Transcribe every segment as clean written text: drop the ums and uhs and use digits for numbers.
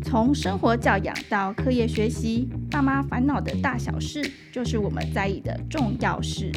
从生活教养到课业学习，爸妈烦恼的大小事，就是我们在意的重要事。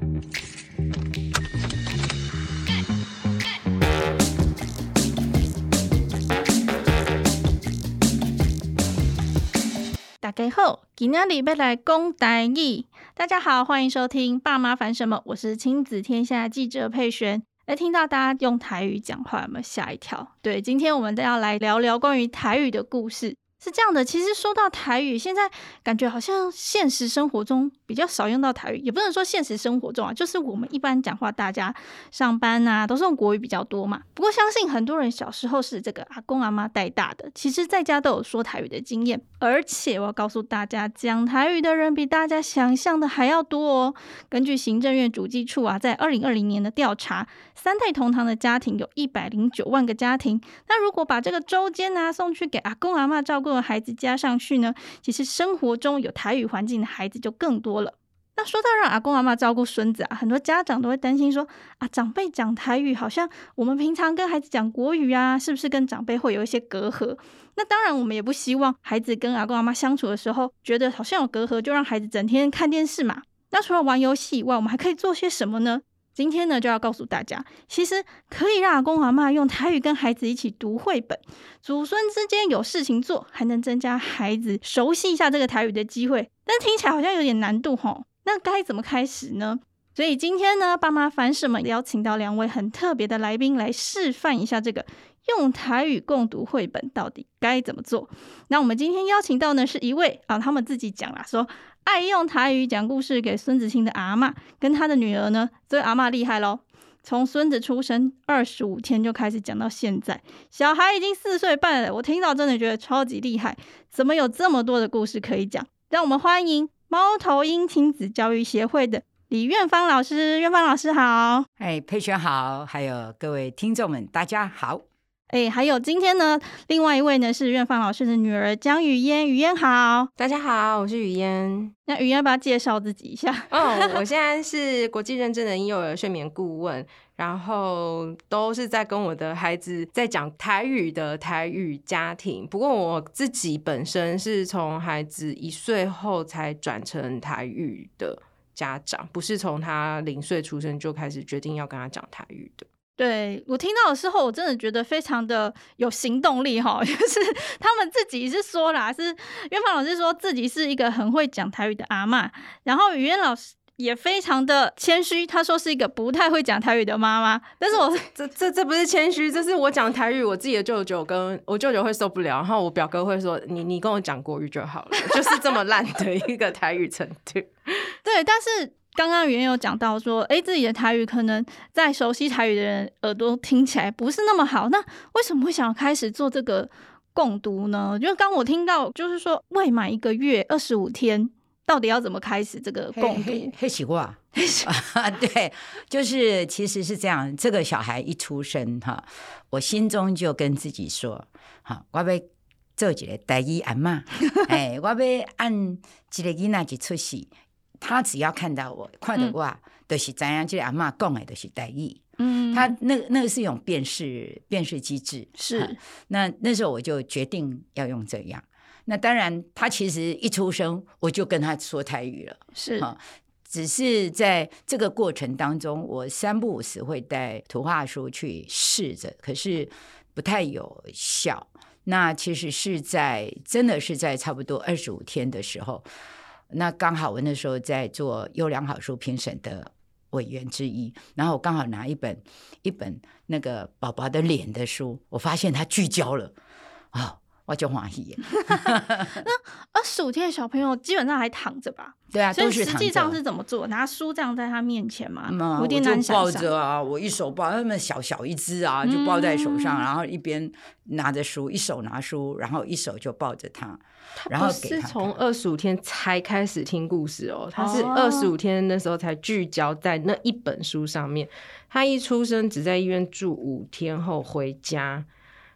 大家好，今天要来讲台语。大家好，欢迎收听《爸妈烦什么》，我是亲子天下记者佩璇。听到大家用台语讲话，有没有吓一跳？对，今天我们都要来聊聊关于台语的故事。是这样的，其实说到台语，现在感觉好像现实生活中比较少用到台语，也不能说现实生活中啊，就是我们一般讲话，大家上班啊都是用国语比较多嘛。不过相信很多人小时候是这个阿公阿妈带大的，其实在家都有说台语的经验，而且我要告诉大家，讲台语的人比大家想象的还要多哦。根据行政院主计处啊，在2020年的调查，三代同堂的家庭有109万个家庭，那如果把这个周间啊送去给阿公阿嬷照顾的孩子加上去呢，其实生活中有台语环境的孩子就更多了。那说到让阿公阿嬷照顾孙子啊，很多家长都会担心说啊，长辈讲台语好像我们平常跟孩子讲国语啊，是不是跟长辈会有一些隔阂？那当然我们也不希望孩子跟阿公阿嬷相处的时候觉得好像有隔阂，就让孩子整天看电视嘛。那除了玩游戏以外，我们还可以做些什么呢？今天呢，就要告诉大家，其实可以让阿公阿嬷用台语跟孩子一起读绘本，祖孙之间有事情做，还能增加孩子熟悉一下这个台语的机会。但听起来好像有点难度齁，那该怎么开始呢？所以今天呢，爸妈烦什么邀请到2位很特别的来宾来示范一下这个用台语共读绘本到底该怎么做。那我们今天邀请到呢是一位他们自己讲啦，说爱用台语讲故事给孙子听的阿嬷，跟他的女儿呢，这位阿嬷厉害咯，从孙子出生25天就开始讲到现在，小孩已经4岁半了，我听到真的觉得超级厉害，怎么有这么多的故事可以讲？让我们欢迎猫头鹰亲子教育协会的李苑芳老师。苑芳老师好。 佩璇好，还有各位听众们大家好。 还有今天呢，另外一位呢是苑芳老师的女儿江雨嫣。雨嫣好。 大家好，我是雨嫣。 那雨嫣要不要介绍自己一下？ 我现在是国际认证的婴幼儿睡眠顾问，然后都是在跟我的孩子在讲台语的台语家庭。不过我自己本身是从孩子1岁后才转成台语的家长，不是从他0岁出生就开始决定要跟他讲台语的。 对，我听到的时候我真的觉得非常的有行动力就是他们自己是说啦，是苑芳老师说自己是一个很会讲台语的阿嬷，然后雨嫣老师也非常的谦虚，他说是一个不太会讲台语的妈妈。但是我这不是谦虚，这是我讲台语，我自己的舅舅跟我舅舅会受不了，然后我表哥会说你跟我讲国语就好了，就是这么烂的一个台语程度。 对，但是刚刚雨嫣有讲到说自己的台语可能在熟悉台语的人耳朵听起来不是那么好，那为什么会想要开始做这个共读呢？就刚我听到就是说未满1个月25天到底要怎么开始这个共读？ 黑喜话对，就是其实是这样，这个小孩一出生我心中就跟自己说我要做一个台语阿嬷我要按一个囡仔一出世，他只要看到我看到我就是知道这个阿嬷讲的就是台语。他那个是一种辨识机制， 是那时候我就决定要用这样。那当然他其实一出生我就跟他说台语了， 是只是在这个过程当中我3不5时会带图画书去试着，可是不太有效。那其实真的是在差不多25天的时候，那刚好我那时候在做优良好书评审的委员之一，然后我刚好拿一本那个宝宝的脸的书，我发现他聚焦了我就欢喜那25天的小朋友基本上还躺着吧？ 对啊， 所以都是躺着。 实际上是怎么做？拿书这样在他面前吗？ 我就抱着啊，我一手抱，他们小一只啊，就抱在手上，然后一边拿着书，一手拿书，然后一手就抱着他，然后给他看。 是从25天才开始听故事他是25天那时候才聚焦在那一本书上面。他一出生只在医院住5天后回家。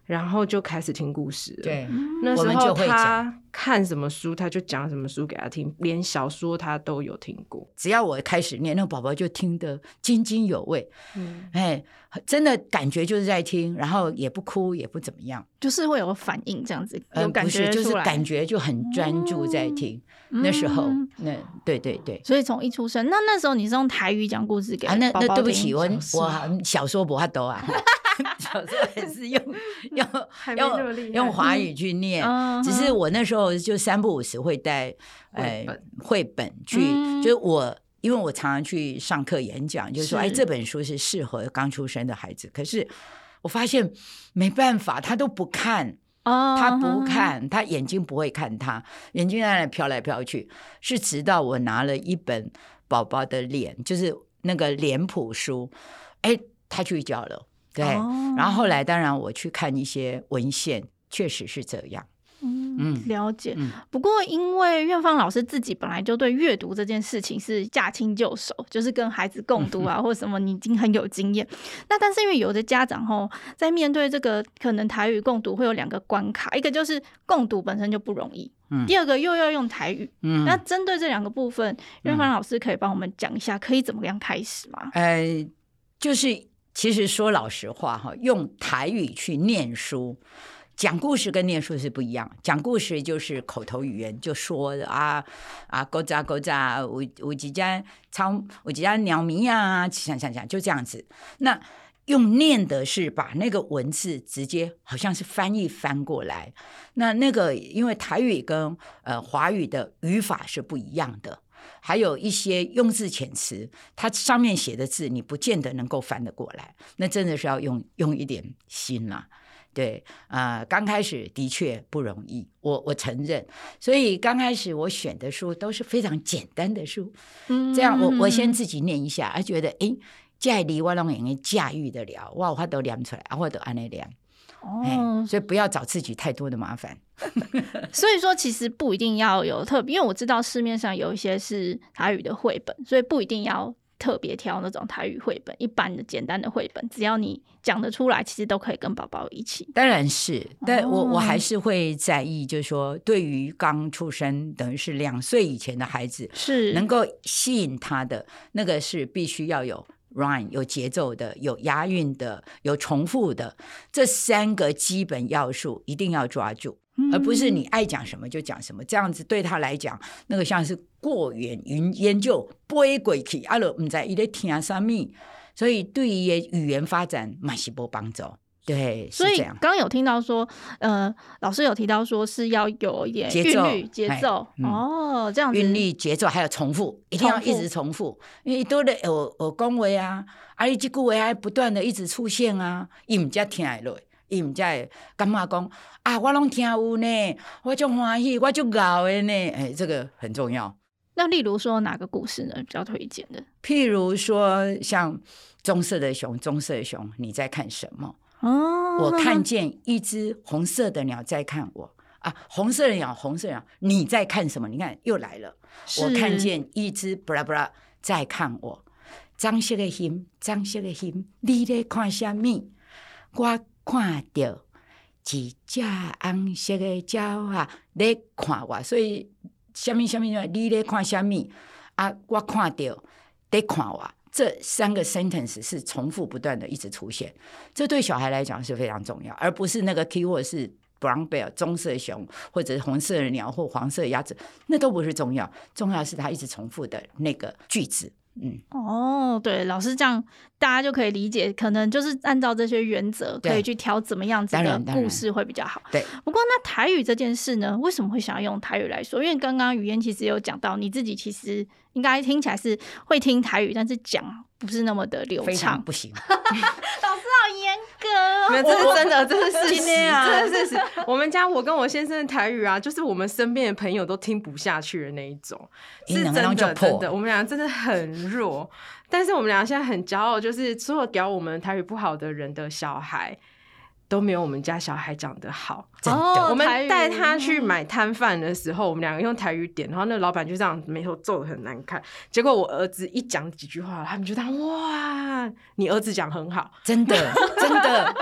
然后就开始听故事了。 对， 那时我们就候会讲他看什么书，他就讲什么书给他听，连小说他都有听过。 只要我开始念，那个宝宝就听得津津有味。真的感觉就是在听，然后也不哭也不怎么样， 就是会有反应这样子，有感觉不是，就是出来感觉就很专注在听。那时候，对对对。 所以从一出生，那时候你是用台语讲故事给那宝宝听？ 对不起，我小说不太多啊。小时候还是用华语去念，只是我那时候就3不5时会带绘本去，就是因为我常常去上课演讲，就是说这本书是适合刚出生的孩子，可是我发现没办法，他都不看。他不看，他眼睛不会看，他眼睛在那飘来飘去，是直到我拿了一本宝宝的脸，就是那个脸谱书，他去教了。对，然后后来当然我去看一些文献，确实是这样。 了解。不过因为院方老师自己本来就对阅读这件事情是驾轻就熟，就是跟孩子共读啊或什么你已经很有经验。那但是因为有的家长在面对这个可能台语共读会有2个关卡，一个就是共读本身就不容易，第二个又要用台语。那针对这2个部分，院方老师可以帮我们讲一下可以怎么样开始吗？ 就是其实说老实话用台语去念书，讲故事跟念书是不一样。讲故事就是口头语言，就说狗杂狗杂，有几家鸟咪啊，想就这样子。那用念的是把那个文字直接好像是翻过来。那个因为台语跟华语的语法是不一样的，还有一些用字遣词，它上面写的字你不见得能够翻得过来，那真的是要用一点心啦。对，刚开始的确不容易，我承认。所以刚开始我选的书都是非常简单的书，这样我先自己念一下，觉得这里我都能驾驭得了，我有法都念出来，我都这样念。所以不要找自己太多的麻烦。 所以说其实不一定要有特别，因为我知道市面上有一些是台语的绘本，所以不一定要特别挑那种台语绘本，一般的简单的绘本，只要你讲得出来，其实都可以跟宝宝一起。 当然是，但我还是会在意，就是说对于刚出生等于是2岁以前的孩子，是能够吸引他的那个是必须要有rhyme， 有节奏的，有押韵的，有重复的，这3个基本要素一定要抓住，而不是你爱讲什么就讲什么，这样子对他来讲那个像是过眼云烟，就飞过去啊，就不知道他在听什么，所以对于语言发展也是没帮助。对， 所以刚刚有听到说老师有提到说是要有一点韵律节奏这样子， 韵律节奏还有重复，一定要一直重复，因为多的有讲话你这句话还不断的一直出现他不才听得落，他不才感觉讲我都听有呢，我很欢喜，我很高的呢，这个很重要。 那例如说哪个故事呢比较推荐的？ 譬如说像棕色的熊，你在看什么？我看见一只红色的鸟在看我红色的鸟，你在看什么？你看又来了，我看见一只布拉布拉在看我。棕色的心，你在看什么？我看到一只红色的鸟在看我，所以什么你在看什么我看到在看我，这3个 sentence 是重复不断的一直出现，这对小孩来讲是非常重要，而不是那个 keyword 是 brown bear 棕色熊或者红色的鸟或黄色的鸭子，那都不是重要，重要是它一直重复的那个句子。 对，老师这样大家就可以理解，可能就是按照这些原则可以去挑怎么样子的故事会比较好。 对， 不过那台语这件事呢，为什么会想要用台语来说？因为刚刚语嫣其实有讲到，你自己其实应该听起来是会听台语，但是讲不是那么的流畅， 非常不行。 老师好严格， 没有，这是真的，这是事实， 这是事实。我们家我跟我先生的台语就是我们身边的朋友都听不下去的那一种，是真的，我们俩真的很弱。但是我们俩现在很骄傲，就是所有屌我们台语不好的人的小孩都没有我们家小孩讲得好。 真的， 我们带他去买摊贩的时候，我们两个用台语点，然后那个老板就这样眉头皱得很难看。结果我儿子一讲几句话，他们就当哇，你儿子讲很好， 真的真的。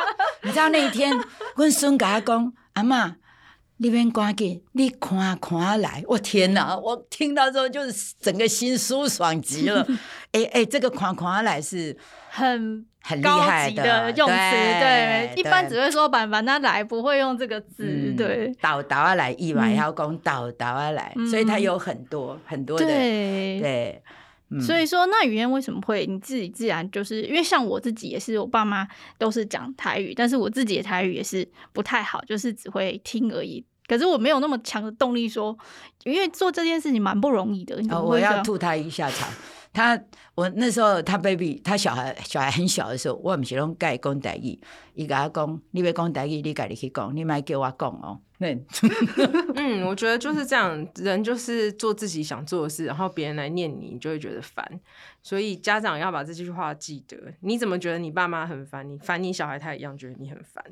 你知道那一天，阮孙甲我讲，阿嬷，你免赶紧，你看来，我天哪！我听到之后就是整个心舒爽极了。这个看来是很厉害的用词，对，一般只会说板他来，不会用这个字，对， 倒来，意外要讲倒来，所以它有很多的，对。 所以说，那语言为什么会你自己自然就是因为像我自己也是，我爸妈都是讲台语，但是我自己的台语也是不太好，就是只会听而已。可是我没有那么强的动力说，因为做这件事情蛮不容易的。 我要吐他一下槽。我那时候他 baby 他小孩很小的时候，我不是拢跟他讲台语，他跟我讲，你要讲台语，你自己去讲，你别叫我讲哦。 我觉得就是这样，人就是做自己想做的事，然后别人来念你，你就会觉得烦。所以家长要把这句话记得。你怎么觉得你爸妈很烦？你烦你小孩，他一样觉得你很烦。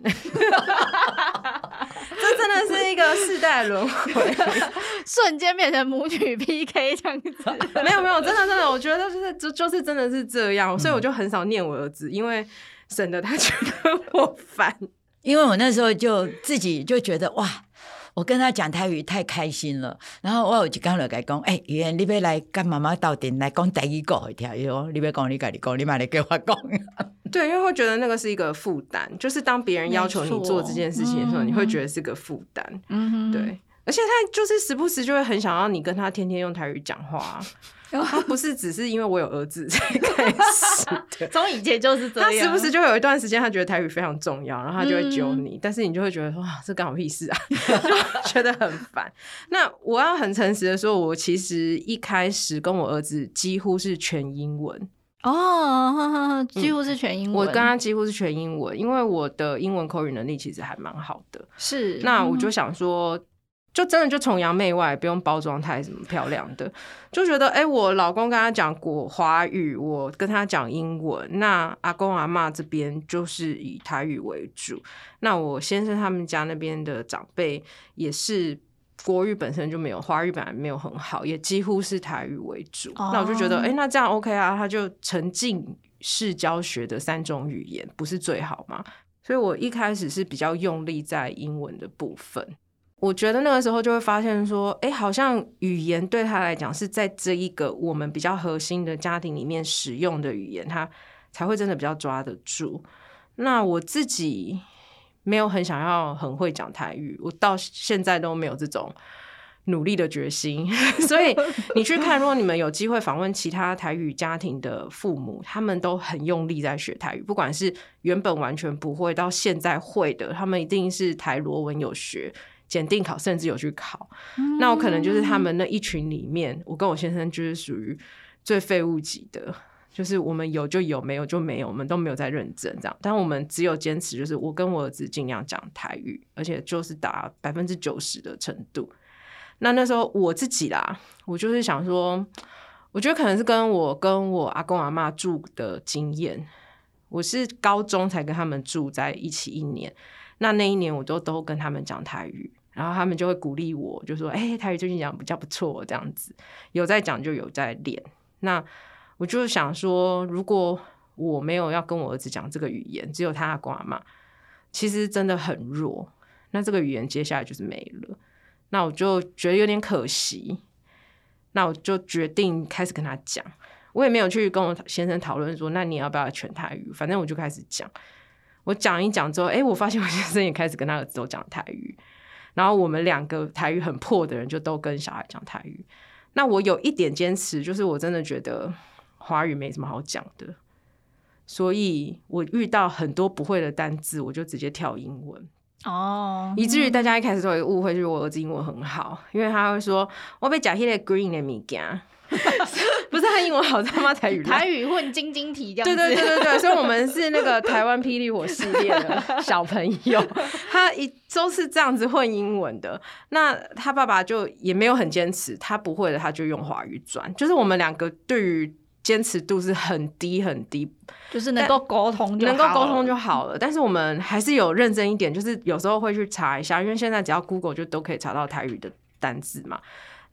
这真的是一个世代轮回， 瞬间变成母女 PK 这样子。 没有，真的，我觉得就是真的是这样，所以我就很少念我儿子，因为省得他觉得我烦。 因为我那时候就自己就觉得哇，我跟他讲台语太开心了，然后我有一天就跟他讲，语言你要来跟妈妈斗阵来讲台语讲一条，你要讲你自己讲，你别来给我讲。 对，因为会觉得那个是一个负担，就是当别人要求你做这件事情的时候，你会觉得是个负担。对，而且他就是时不时就会很想要你跟他天天用台语讲话。他不是只是因为我有儿子才开始的， 从以前就是这样。 他时不时就会有一段时间，他觉得台语非常重要，然后他就会揪你，但是你就会觉得哇，这干我屁事啊，就觉得很烦。那我要很诚实的说，我其实一开始跟我儿子几乎是全英文。 几乎是全英文。 我跟他几乎是全英文，因为我的英文口语能力其实还蛮好的。 是， 那我就想说。就真的就崇洋媚外，不用包装太什么漂亮的，就觉得我老公跟他讲华语，我跟他讲英文，那阿公阿嬷这边就是以台语为主，那我先生他们家那边的长辈也是国语本身就没有，华语本来没有很好，也几乎是台语为主。那我就觉得那这样 OK 啊，他就沉浸式教学的3种语言不是最好吗？所以我一开始是比较用力在英文的部分。我觉得那个时候就会发现说，好像语言对他来讲是在这一个我们比较核心的家庭里面使用的语言，他才会真的比较抓得住。那我自己没有很想要很会讲台语，我到现在都没有这种努力的决心。所以你去看，如果你们有机会访问其他台语家庭的父母，他们都很用力在学台语，不管是原本完全不会到现在会的，他们一定是台罗文有学，检定考甚至有去考。那我可能就是他们那一群里面，我跟我先生就是属于最废物级的，就是我们有就有，没有就没有，我们都没有在认真这样。但我们只有坚持，就是我跟我儿子尽量讲台语，而且就是达90%的程度。那时候我自己啦，我就是想说，我觉得可能是跟我阿公阿嬷住的经验，我是高中才跟他们住在一起1年，那一年我都跟他们讲台语，然后他们就会鼓励我，就说台语最近讲比较不错这样子，有在讲就有在练。那我就想说，如果我没有要跟我儿子讲这个语言，只有他阿公阿嬷，其实真的很弱，那这个语言接下来就是没了。那我就觉得有点可惜，那我就决定开始跟他讲。我也没有去跟我先生讨论说，那你要不要全台语？反正我就开始讲。我讲一讲之后，我发现我先生也开始跟他儿子都讲台语，然后我们2个台语很破的人就都跟小孩讲台语。那我有一点坚持，就是我真的觉得华语没什么好讲的，所以我遇到很多不会的单字，我就直接跳英文。以至于大家一开始都有一个误会，就是我儿子英文很好，因为他会说我被讲那个 green 的物件，不是他英文好，他妈台语混晶晶体这样子。 对，所以我们是那个台湾霹雳火系列的小朋友，他都是这样子混英文的。那他爸爸就也没有很坚持，他不会的他就用华语转，就是我们2个对于坚持度是很低很低， 就是能够沟通就好了。但是我们还是有认真一点，就是有时候会去查一下，因为现在只要 Google 就都可以查到台语的单字嘛。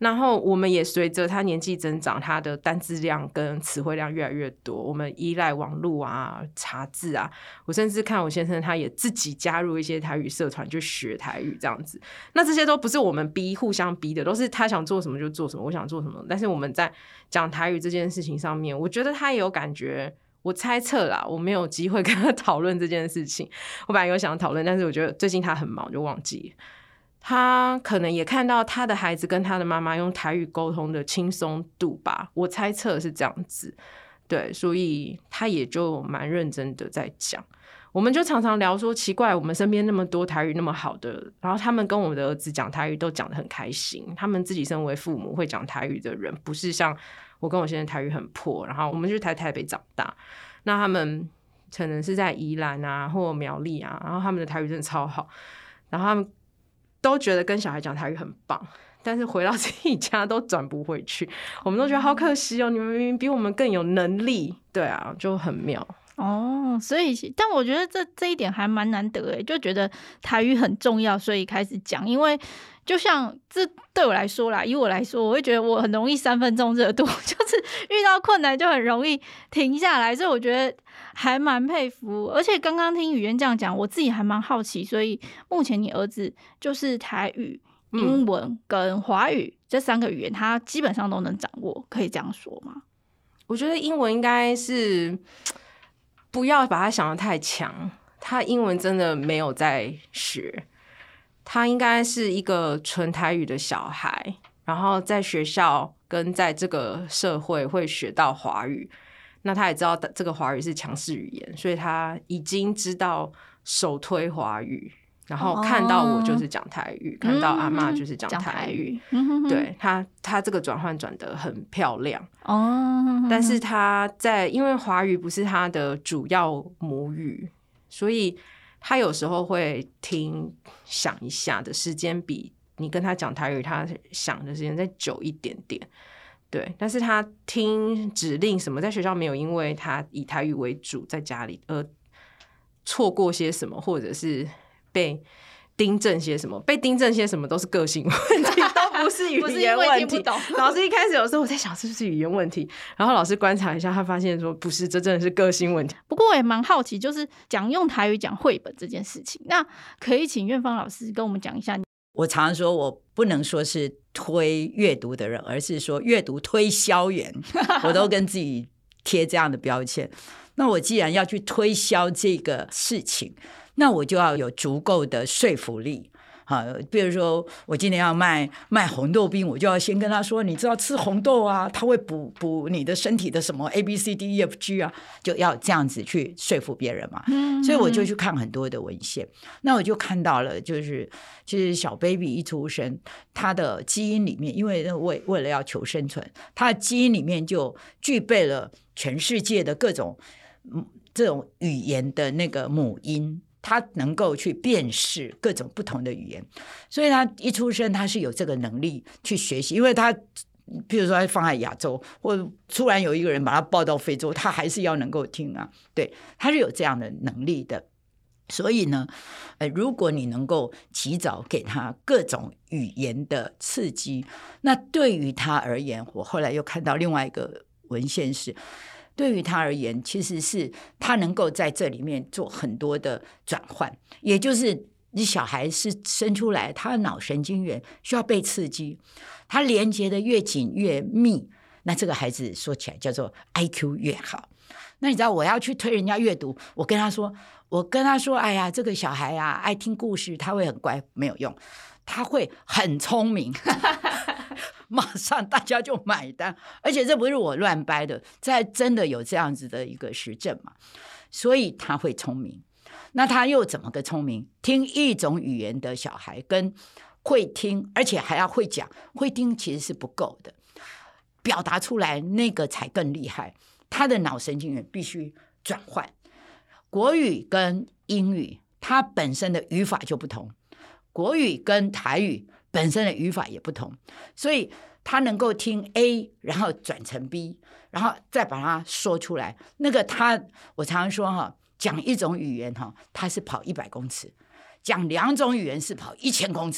然后我们也随着他年纪增长，他的单字量跟词汇量越来越多，我们依赖网络啊、查字啊。我甚至看我先生他也自己加入一些台语社团去学台语这样子。那这些都不是我们互相逼的，都是他想做什么就做什么，我想做什么。但是我们在讲台语这件事情上面，我觉得他也有感觉。我猜测啦，我没有机会跟他讨论这件事情。我本来有想讨论，但是我觉得最近他很忙，就忘记了。他可能也看到他的孩子跟他的妈妈用台语沟通的轻松度吧，我猜测是这样子。对，所以他也就蛮认真的在讲。我们就常常聊说，奇怪，我们身边那么多台语那么好的，然后他们跟我们的儿子讲台语都讲得很开心。他们自己身为父母会讲台语的人，不是像我跟我先生台语很破，然后我们就台北长大，那他们可能是在宜兰啊或苗栗啊，然后他们的台语真的超好，然后他们都觉得跟小孩讲台语很棒，但是回到自己家都转不回去，我们都觉得好可惜哦，你们明明比我们更有能力，对啊，就很妙。 哦，所以但我觉得这一点还蛮难得诶，就觉得台语很重要，所以开始讲。因为就像这对我来说啦，以我来说，我会觉得我很容易3分钟热度，就是遇到困难就很容易停下来，所以我觉得还蛮佩服。而且刚刚听语言这样讲，我自己还蛮好奇，所以目前你儿子就是台语、英文跟华语这3个语言，他基本上都能掌握，可以这样说吗？ 我觉得英文应该是不要把他想得太强，他英文真的没有在学，他应该是一个纯台语的小孩，然后在学校跟在这个社会会学到华语，那他也知道这个华语是强势语言，所以他已经知道首推华语，然后看到我就是讲台语，看到阿嬷就是讲台语，对，他这个转换转得很漂亮但是他因为华语不是他的主要母语，所以他有时候会想一下的时间比你跟他讲台语他想的时间再久一点点，对，但是他听指令什么在学校没有因为他以台语为主在家里而错过些什么，或者是被订正些什么，被订正些什么都是个性问题，都不是语言问题。老师一开始有时候我在想是不是语言问题，然后老师观察一下，他发现说不是，这真的是个性问题。 不过我也蛮好奇，就是用台语讲绘本这件事情，那可以请苑芳老师跟我们讲一下。 我常常说我不能说是推阅读的人，而是说阅读推销员，我都跟自己贴这样的标签。那我既然要去推销这个事情，那我就要有足够的说服力。比如说我今天要卖红豆冰，我就要先跟他说，你知道吃红豆啊，它会补你的身体的什么 ABCDEFG 啊，就要这样子去说服别人嘛。所以我就去看很多的文献，那我就看到了，就是其实小 baby 一出生，他的基因里面，因为为了要求生存，他的基因里面就具备了全世界的各种这种语言的那个母音，他能够去辨识各种不同的语言，所以他一出生他是有这个能力去学习。因为他比如说他放在亚洲，或者突然有一个人把他抱到非洲，他还是要能够听啊，对，他是有这样的能力的。所以呢，如果你能够及早给他各种语言的刺激，那对于他而言，我后来又看到另外一个文献是，对于他而言，其实是他能够在这里面做很多的转换，也就是你小孩是生出来，他的脑神经元需要被刺激，他连接的越紧越密，那这个孩子说起来叫做 IQ 越好。那你知道我要去推人家阅读，我跟他说哎呀，这个小孩啊爱听故事，他会很乖，没有用，他会很聪明马上大家就买单，而且这不是我乱掰的，在真的有这样子的一个实证嘛，所以他会聪明。那他又怎么个聪明？听一种语言的小孩跟会听，而且还要会讲，会听其实是不够的，表达出来那个才更厉害。他的脑神经元必须转换，国语跟英语它本身的语法就不同，国语跟台语本身的语法也不同，所以他能够听 A 然后转成 B， 然后再把它说出来。那个我常常说讲一种语言它是跑100公尺，讲2种语言是跑1000公尺，因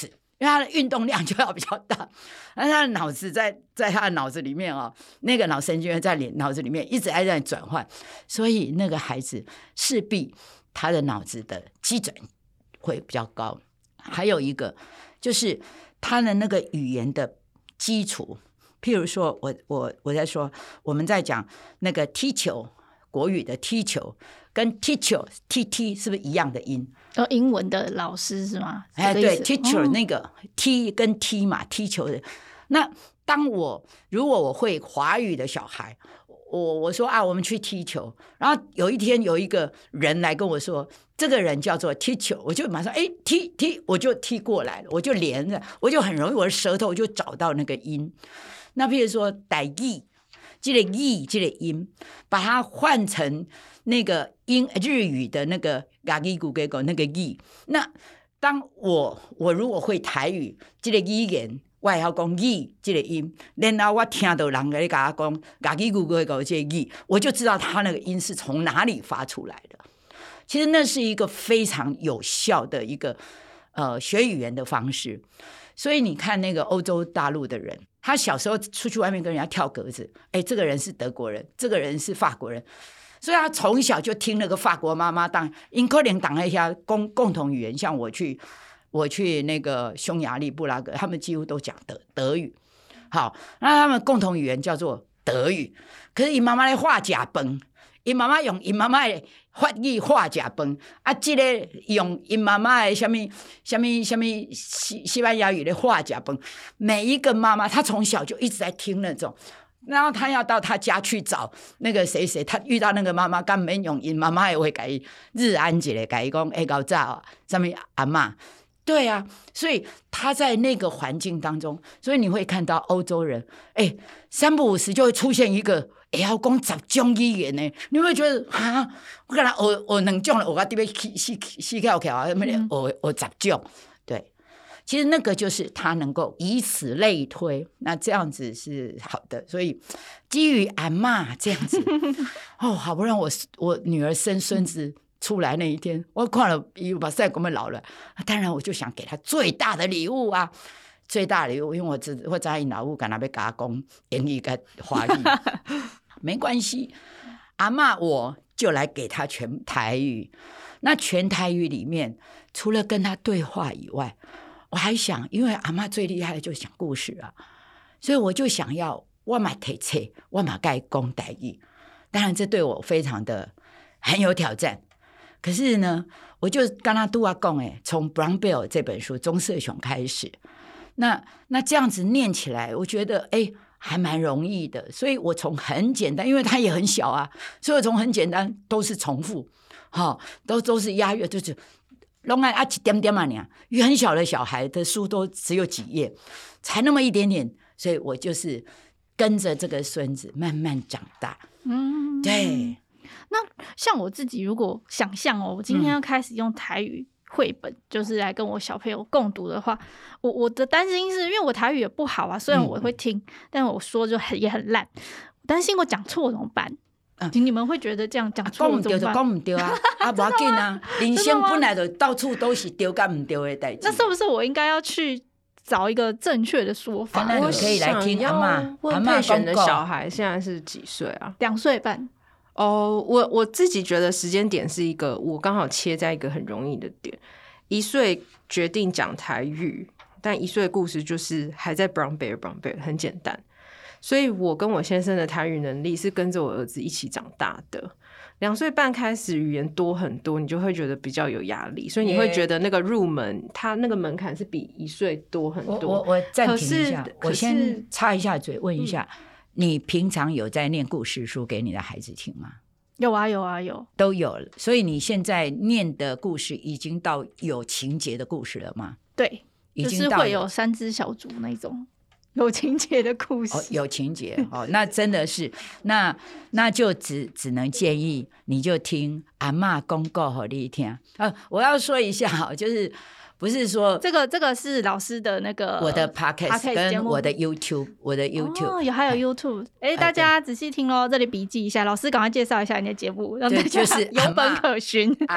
因为他的运动量就要比较大，而他的脑子在他的脑子里面那个脑神经元在脑子里面一直在转换，所以那个孩子势必他的脑子的基准会比较高。还有一个就是他的那个语言的基础，譬如说我在说我们在讲那个踢球，国语的踢球跟 teacher TT 是不是一样的音？ 英文的老师是吗？ 对 teacher 那个 T 跟 T 嘛，踢球的。那如果我会华语的小孩，我说我们去踢球，然后有一天有一个人来跟我说，这个人叫做 teacher， 我就马上踢，我就踢过来了，我就连着，我就很容易我的舌头就找到那个音。那譬如说台语，这个语这个音，把它换成那个日语的那个雅语古给狗那个语，那当我如果会台语这个语言，我也要讲语这个音，然后我听到人在跟我讲雅语古给狗这个语，我就知道他那个音是从哪里发出来的。其实那是一个非常有效的一个学语言的方式。所以你看那个欧洲大陆的人，他小时候出去外面跟人家跳格子，这个人是德国人，这个人是法国人，所以他从小就听那个法国妈妈当因可能当一下共同语言。像我去那个匈牙利布拉格，他们几乎都讲德语。好，那他们共同语言叫做德语，可是伊妈妈咧画假崩，伊妈妈用伊妈妈的法语画假崩这个用伊妈妈的什么西班牙语的画假崩。每一个妈妈她从小就一直在听那种，然后她要到她家去找那个谁谁，她遇到那个妈妈根本用因妈妈也会给日安一下，给讲搞早什么阿嬷。对啊，所以他在那个环境当中，所以你会看到欧洲人三不五时就会出现一个要讲10种语言呢，你会觉得我跟他学2种了，我要这边死翘翘学10种。对，其实那个就是他能够以此类推，那这样子是好的。所以基于阿嬷这样子好不容易我女儿生孙子出来那一天，我看了把赛我们老了，当然我就想给他最大的礼物啊，最大的礼物，因为我知道因老母敢那要跟他讲英语跟华语没关系，阿嬷我就来给他全台语。那全台语里面，除了跟他对话以外，我还想，因为阿嬷最厉害的就是讲故事啊，所以我就想要我嘛提册，我嘛该讲台语。当然这对我非常的很有挑战。可是呢，我就跟他都要讲从 Brown Bell 这本书棕色熊开始，那这样子念起来，我觉得还蛮容易的。所以我从很简单，因为他也很小啊，所以我从很简单都是重复，都是押韵，就是弄一点点嘛，因为很小的小孩的书都只有几页，才那么一点点，所以我就是跟着这个孙子慢慢长大。对。 那像我自己如果想象我今天要开始用台语绘本就是来跟我小朋友共读的话，我的担心是因为我台语也不好啊，虽然我会听，但我说就也很烂，担心我讲错怎么办？你们会觉得这样讲错怎么办？ 讲不对啊，不要紧啊，人生本来就到处都是对跟不对的代志。 那是不是我应该要去找一个正确的说法？ 那你可以来听阿嬷佩璇的小孩现在是几岁啊 ？2岁半。 我自己觉得时间点是一个我刚好切在一个很容易的点，1岁决定讲台语，但1岁的故事就是还在 Brown Bear 很简单，所以我跟我先生的台语能力是跟着我儿子一起长大的。2岁半开始语言多很多，你就会觉得比较有压力，所以你会觉得那个入门他那个门槛是比1岁多很多。 我暂停一下，我先插一下嘴问一下，你平常有在念故事书给你的孩子听吗？ 有啊， 都有了。所以你现在念的故事已经到有情节的故事了吗？ 对， 已经就是会有3只小猪那种有情节的故事。 有情节那真的是那就只能建议你就听阿嬷公告给你听。我要说一下就是不是说这个是老师的那个我的 podcast 跟我的 YouTube 还有 YouTube 大家仔细听咯，这里笔记一下，老师赶快介绍一下你的节目，让大家有本可循。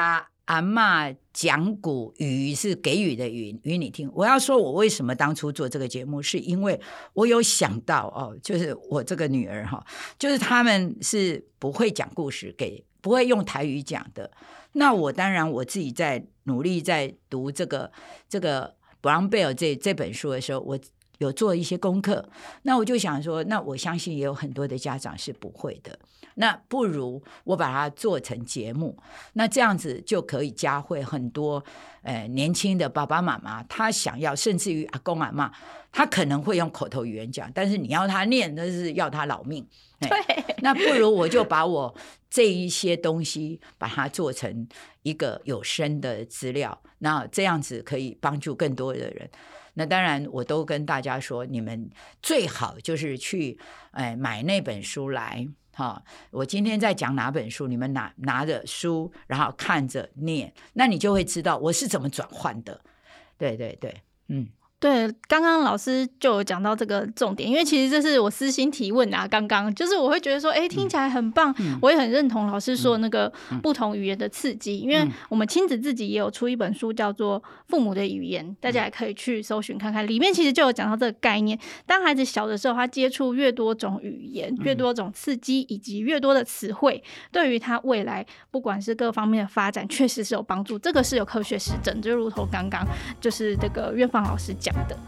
阿嬷讲古语是给予的语你听。我要说我为什么当初做这个节目，是因为我有想到就是我这个女儿就是他们是不会讲故事，不会用台语讲的。那我当然我自己在努力在读这个 Brown Bell 这本书的时候，我有做一些功课，那我就想说，那我相信也有很多的家长是不会的，那不如我把它做成节目，那这样子就可以教会很多年轻的爸爸妈妈，他想要甚至于阿公阿嬷，他可能会用口头语言讲，但是你要他念，那是要他老命。 对， 那不如我就把我这一些东西把它做成一个有声的资料，那这样子可以帮助更多的人。那当然我都跟大家说，你们最好就是去买那本书来。我今天在讲哪本书，你们拿着书然后看着念，那你就会知道我是怎么转换的。对对对， 对，刚刚老师就有讲到这个重点，因为其实这是我私心提问啊，刚刚就是我会觉得说听起来很棒，我也很认同老师说那个不同语言的刺激，因为我们亲子自己也有出一本书叫做《父母的语言》，大家也可以去搜寻看看，里面其实就有讲到这个概念，当孩子小的时候，他接触越多种语言，越多种刺激，以及越多的词汇，对于他未来不管是各方面的发展确实是有帮助，这个是有科学实证，就如同刚刚就是这个苑芳老师讲的。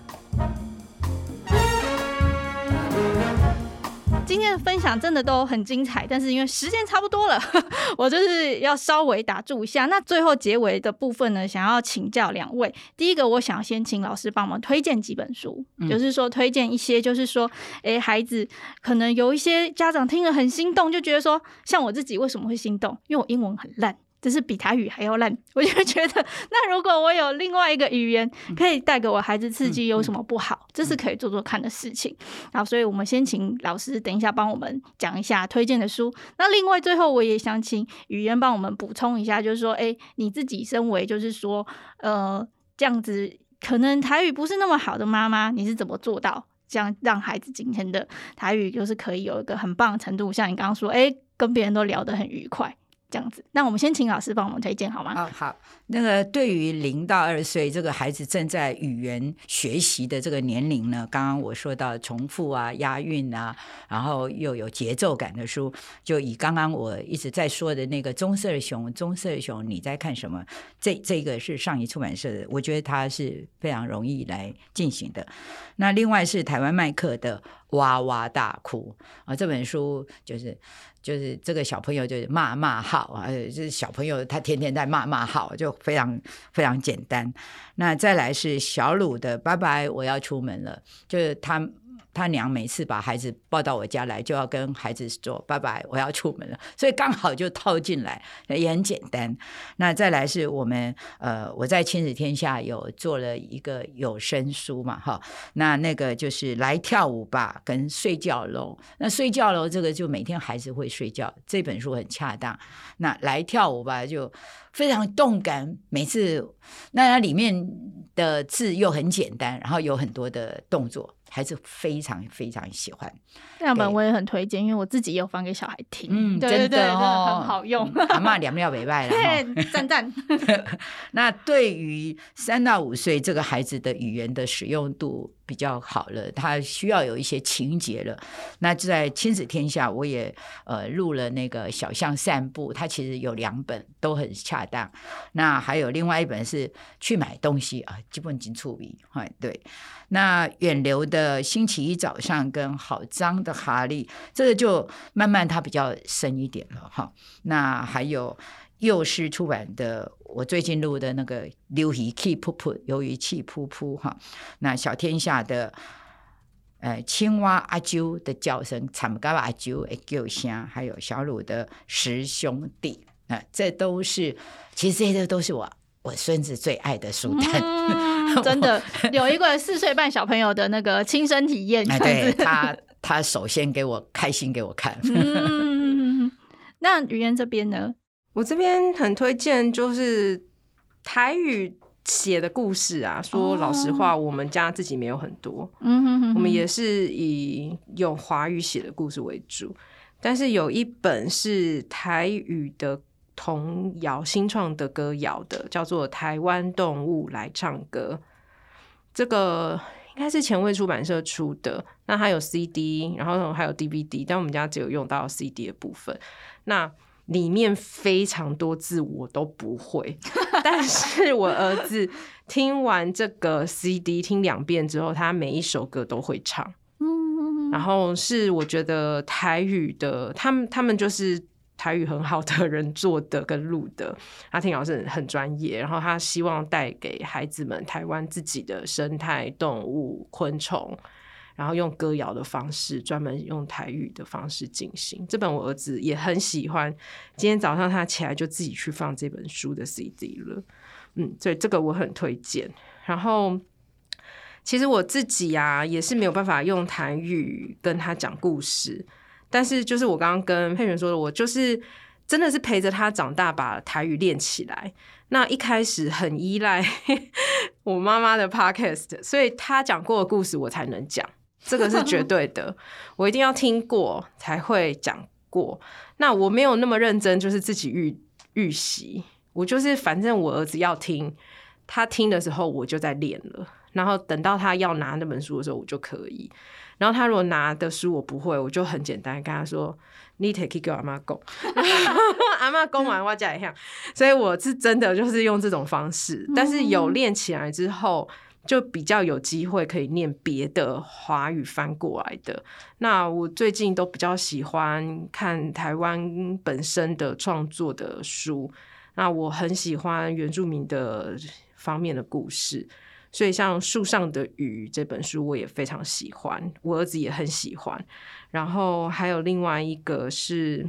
今天的分享真的都很精彩，但是因为时间差不多了，我就是要稍微打住一下。那最后结尾的部分呢，想要请教两位。第一个，我想要先请老师帮我们推荐几本书，就是说推荐一些，就是说，孩子可能有一些家长听了很心动，就觉得说，像我自己为什么会心动？因为我英文很烂。就是比台语还要烂，我就觉得那如果我有另外一个语言可以带给我孩子刺激，有什么不好？这是可以做做看的事情。好，所以我们先请老师等一下帮我们讲一下推荐的书。那另外最后我也想请语言帮我们补充一下，就是说你自己身为就是说这样子可能台语不是那么好的妈妈，你是怎么做到这样让孩子今天的台语就是可以有一个很棒的程度，像你刚刚说跟别人都聊得很愉快这样子？那我们先请老师帮我们推荐好吗？ 好，那个对于0到2岁这个孩子正在语言学习的这个年龄呢，刚刚我说到重复啊、押韵啊，然后又有节奏感的书，就以刚刚我一直在说的那个棕色的熊你在看什么，这个是上一出版社的，我觉得它是非常容易来进行的。那另外是台湾麦克的哇哇大哭这本书就是这个小朋友就是骂号就是小朋友他天天在骂号，就非常非常简单。那再来是小鲁的拜拜我要出门了，就是他娘每次把孩子抱到我家来，就要跟孩子说拜拜我要出门了，所以刚好就套进来，也很简单。那再来是我们我在亲子天下有做了一个有声书嘛那个就是来跳舞吧跟睡觉喽。那睡觉喽这个就每天孩子会睡觉，这本书很恰当。那来跳舞吧就非常动感，每次那它里面的字又很简单，然后有很多的动作，孩子非常非常喜欢。 那本我也很推荐，因为我自己也有放给小孩听。对真的很好用。 阿嬷凉料没败了赞那对于3到5岁这个孩子的语言的使用度比较好了，他需要有一些情节了。那在亲子天下我也录了那个小象散步，它其实有2本都很恰当。那还有另外一本是去买东西基本进处理对。那远流的星期一早上跟好脏的哈利，这个就慢慢它比较深一点了那还有幼师出版的我最近录的那个鱿鱼气噗噗，鱿鱼气噗噗那小天下的青蛙阿啾的叫声，惨嘎阿啾的叫声，还有小鲁的十兄弟这都是其实这些都是我孙子最爱的书单真的有一个4岁半小朋友的那个亲身体验对他首先给我开心给我看那语言这边呢？ 我这边很推荐就是台语写的故事啊，说老实话我们家自己没有很多我们也是以用华语写的故事为主，但是有一本是台语的童谣新创的歌谣的，叫做《台湾动物来唱歌》，这个应该是前卫出版社出的。那它有 CD， 然后还有 DVD， 但我们家只有用到 CD 的部分。那里面非常多字我都不会，但是我儿子听完这个 CD 听2遍之后，他每一首歌都会唱。然后是我觉得台语的，他们就是台语很好的人做的跟录的，阿婷老师很专业，然后他希望带给孩子们台湾自己的生态动物昆虫，然后用歌谣的方式，专门用台语的方式进行。这本我儿子也很喜欢，今天早上他起来就自己去放这本书的 CD 了。所以这个我很推荐。然后其实我自己啊也是没有办法用台语跟他讲故事，但是就是我刚刚跟佩璇说的，我就是真的是陪着他长大，把台语练起来。那一开始很依赖我妈妈的 podcast， 所以他讲过的故事我才能讲，这个是绝对的我一定要听过才会讲过。那我没有那么认真，就是自己预习，我就是反正我儿子要听，他听的时候我就在练了，然后等到他要拿那本书的时候我就可以。然后他如果拿的书我不会，我就很简单跟他说你可以给阿嬷讲阿嬷讲完我再来。所以我是真的就是用这种方式，但是有练起来之后就比较有机会可以念别的华语翻过来的。那我最近都比较喜欢看台湾本身的创作的书，那我很喜欢原住民的方面的故事，所以像《树上的鱼》这本书我也非常喜欢，我儿子也很喜欢。然后还有另外一个是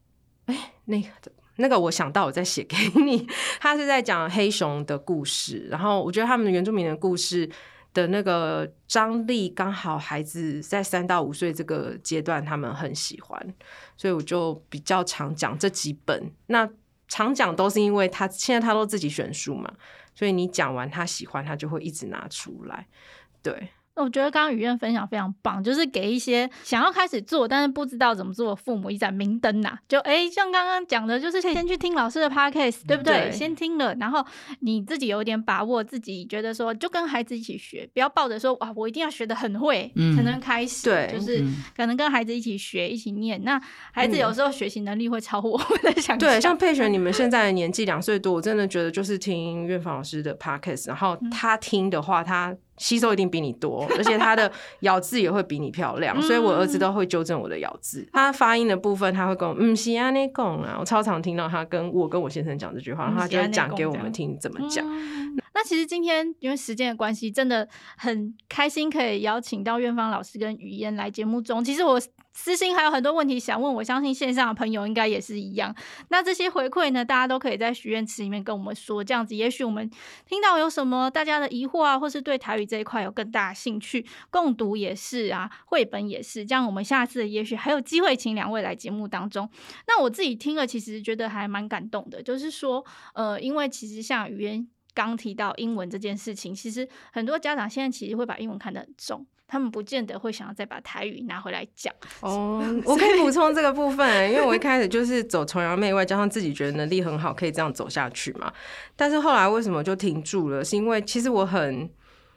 那个我想到我再写给你，他是在讲黑熊的故事，然后我觉得他们原住民的故事的那个张力刚好孩子在3到5岁这个阶段他们很喜欢，所以我就比较常讲这几本。那常讲都是因为现在他都自己选书嘛，所以你讲完他喜欢他就会一直拿出来。对， 我觉得刚刚雨燕分享非常棒，就是给一些想要开始做但是不知道怎么做的父母一盏明灯啊。就像刚刚讲的，就是先去听老师的 podcast， 对不对？先听了，然后你自己有点把握，自己觉得说就跟孩子一起学，不要抱着说哇我一定要学得很会才能开始。 对， 就是可能跟孩子一起学一起念，那孩子有时候学习能力会超我的想象。 对，像佩璇你们现在的年纪2岁多，我真的觉得就是听苑芳老师的 podcast， 然后他听的话他吸收一定比你多，而且他的咬字也会比你漂亮，所以我儿子都会纠正我的咬字。他发音的部分他会跟我不是这样讲啊，我超常听到他跟我先生讲这句话，然后他就会讲给我们听怎么讲。 那其实今天因为时间的关系，真的很开心可以邀请到苑芳老师跟雨燕来节目中。其实我私心还有很多问题想问，我相信线上的朋友应该也是一样。那这些回馈呢，大家都可以在许愿池里面跟我们说，这样子也许我们听到有什么大家的疑惑啊，或是对台语这一块有更大的兴趣，共读也是啊，绘本也是，这样我们下次也许还有机会请2位来节目当中。那我自己听了其实觉得还蛮感动的，就是说因为其实像语言刚提到英文这件事情，其实很多家长现在其实会把英文看得很重，他们不见得会想要再把台语拿回来讲。 我可以补充这个部分，因为我一开始就是走崇洋媚外，加上自己觉得能力很好，可以这样走下去嘛。但是后来为什么就停住了？是因为其实我很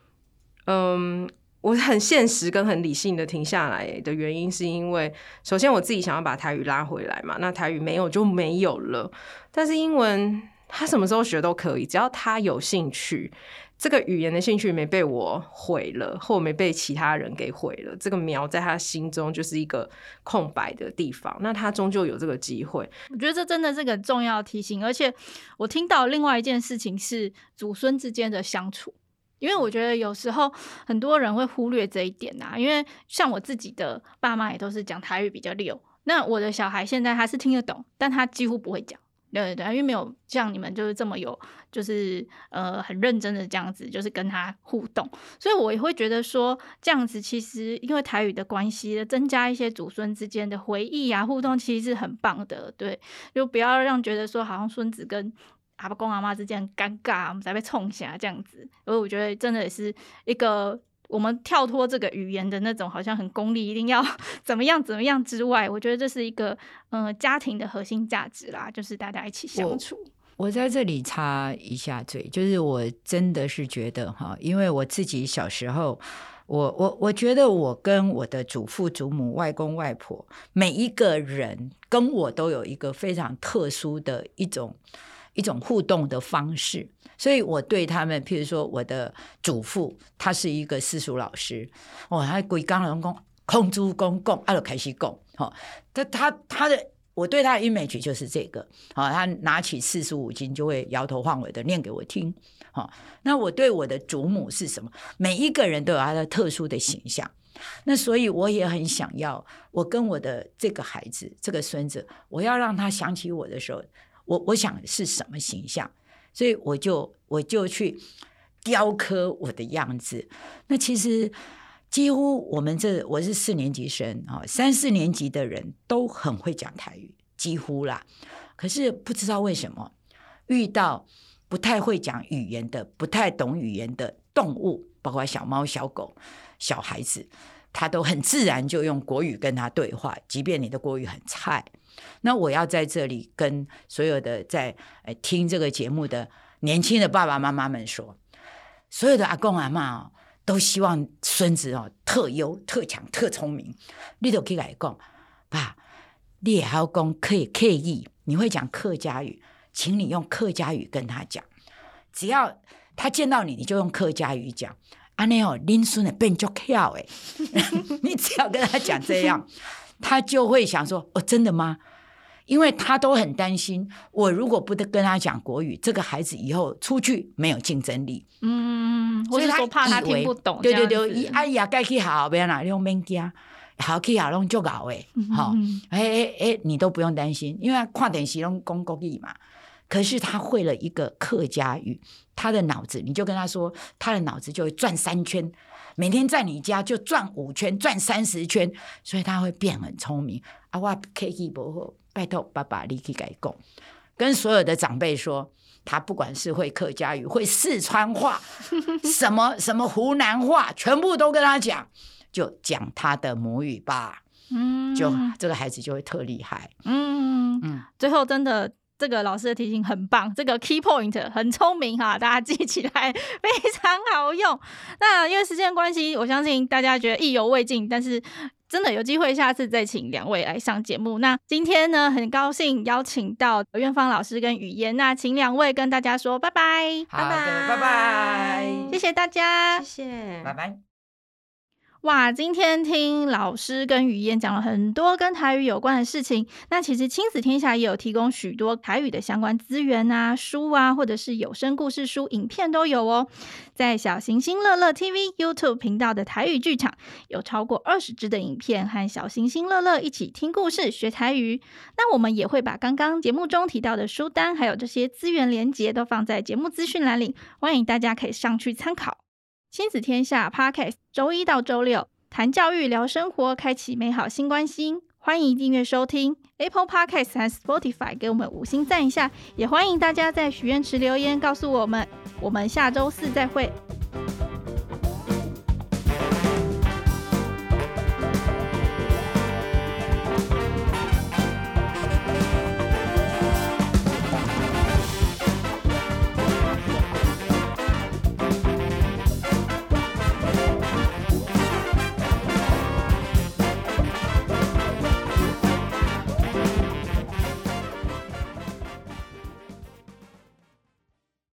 现实跟很理性的停下来的原因，是因为首先我自己想要把台语拉回来嘛，那台语没有就没有了。但是英文他什么时候学都可以，只要他有兴趣，这个语言的兴趣没被我毁了，或没被其他人给毁了，这个苗在他心中就是一个空白的地方，那他终究有这个机会。 我觉得这真的是个重要的提醒，而且我听到另外一件事情是祖孙之间的相处。因为我觉得有时候很多人会忽略这一点啊，因为像我自己的爸妈也都是讲台语比较溜，那我的小孩现在他是听得懂，但他几乎不会讲。对，因为没有像你们就是这么有就是很认真的这样子就是跟他互动，所以我也会觉得说这样子其实因为台语的关系增加一些祖孙之间的回忆啊互动，其实是很棒的。对，就不要让觉得说好像孙子跟阿公阿嬷之间很尴尬，我们才被冲下这样子。因为我觉得真的也是一个我们跳脱这个语言的那种好像很功利，一定要怎么样怎么样之外，我觉得这是一个家庭的核心价值啦，就是大家一起相处。 我在这里插一下嘴，就是我真的是觉得哈，因为我自己小时候，我觉得我跟我的祖父祖母、外公外婆，每一个人跟我都有一个非常特殊的一种互动的方式。所以我对他们，譬如说我的祖父，他是一个私塾老师，他规工人讲空珠公共，就开始讲，他的我对他的 image 就是这个，他拿起45经就会摇头晃尾的念给我听。那我对我的祖母是什么？每一个人都有他的特殊的形象。那所以我也很想要，我跟我的这个孩子，这个孙子，我要让他想起我的时候，我想是什么形象。所以我就去雕刻我的样子。那其实几乎我是4年级生3、4年级的人都很会讲台语，几乎啦。可是不知道为什么遇到不太会讲语言的、不太懂语言的动物，包括小猫、小狗、小孩子，他都很自然就用国语跟他对话，即便你的国语很菜。那我要在这里跟所有的在听这个节目的年轻的爸爸妈妈们说，所有的阿公阿嬷都希望孙子特优、特强、特聪明。你就可以来讲，爸，你也要讲客语，你会讲客家语，请你用客家语跟他讲。只要他见到你，你就用客家语讲。这样恁孙会变很巧的你只要跟他讲这样，他就会想说真的吗？因为他都很担心，我如果不跟他讲国语，这个孩子以后出去没有竞争力。 或是说怕他听不懂。 对对对，哎呀，该去好好，不要啦，你免惊，好去好弄就搞你都不用担心，因为看电视拢讲国语嘛。可是他会了一个客家语，他的脑子，你就跟他说，他的脑子就会转3圈，每天在你家就转5圈，转30圈，所以他会变很聪明。我客语不好，拜托爸爸你去改讲，跟所有的长辈说，他不管是会客家语、会四川话、什么湖南话，全部都跟他讲，就讲他的母语吧。就这个孩子就会特厉害。 最后真的。这个老师的提醒很棒，这个 key point 很聪明哈，大家记起来非常好用。那因为时间关系，我相信大家觉得意犹未尽，但是真的有机会下次再请2位来上节目。那今天呢，很高兴邀请到苑芳老师跟语嫣，那请2位跟大家说拜拜。 好的，拜拜， 谢谢大家， 谢谢， 拜拜。 哇，今天听老师跟语嫣讲了很多跟台语有关的事情。那其实亲子天下也有提供许多台语的相关资源啊、书啊，或者是有声故事书、影片都有哦。在小行星乐乐 TV YouTube 频道的台语剧场，有超过20支的影片，和小行星乐乐一起听故事学台语。那我们也会把刚刚节目中提到的书单，还有这些资源连结都放在节目资讯栏里，欢迎大家可以上去参考。亲子天下 Podcast 周1到周6谈教育聊生活，开启美好新关系。欢迎订阅收听 Apple Podcast 和 Spotify， 给我们5星赞一下，也欢迎大家在许愿池留言告诉我们。我们下周4再会。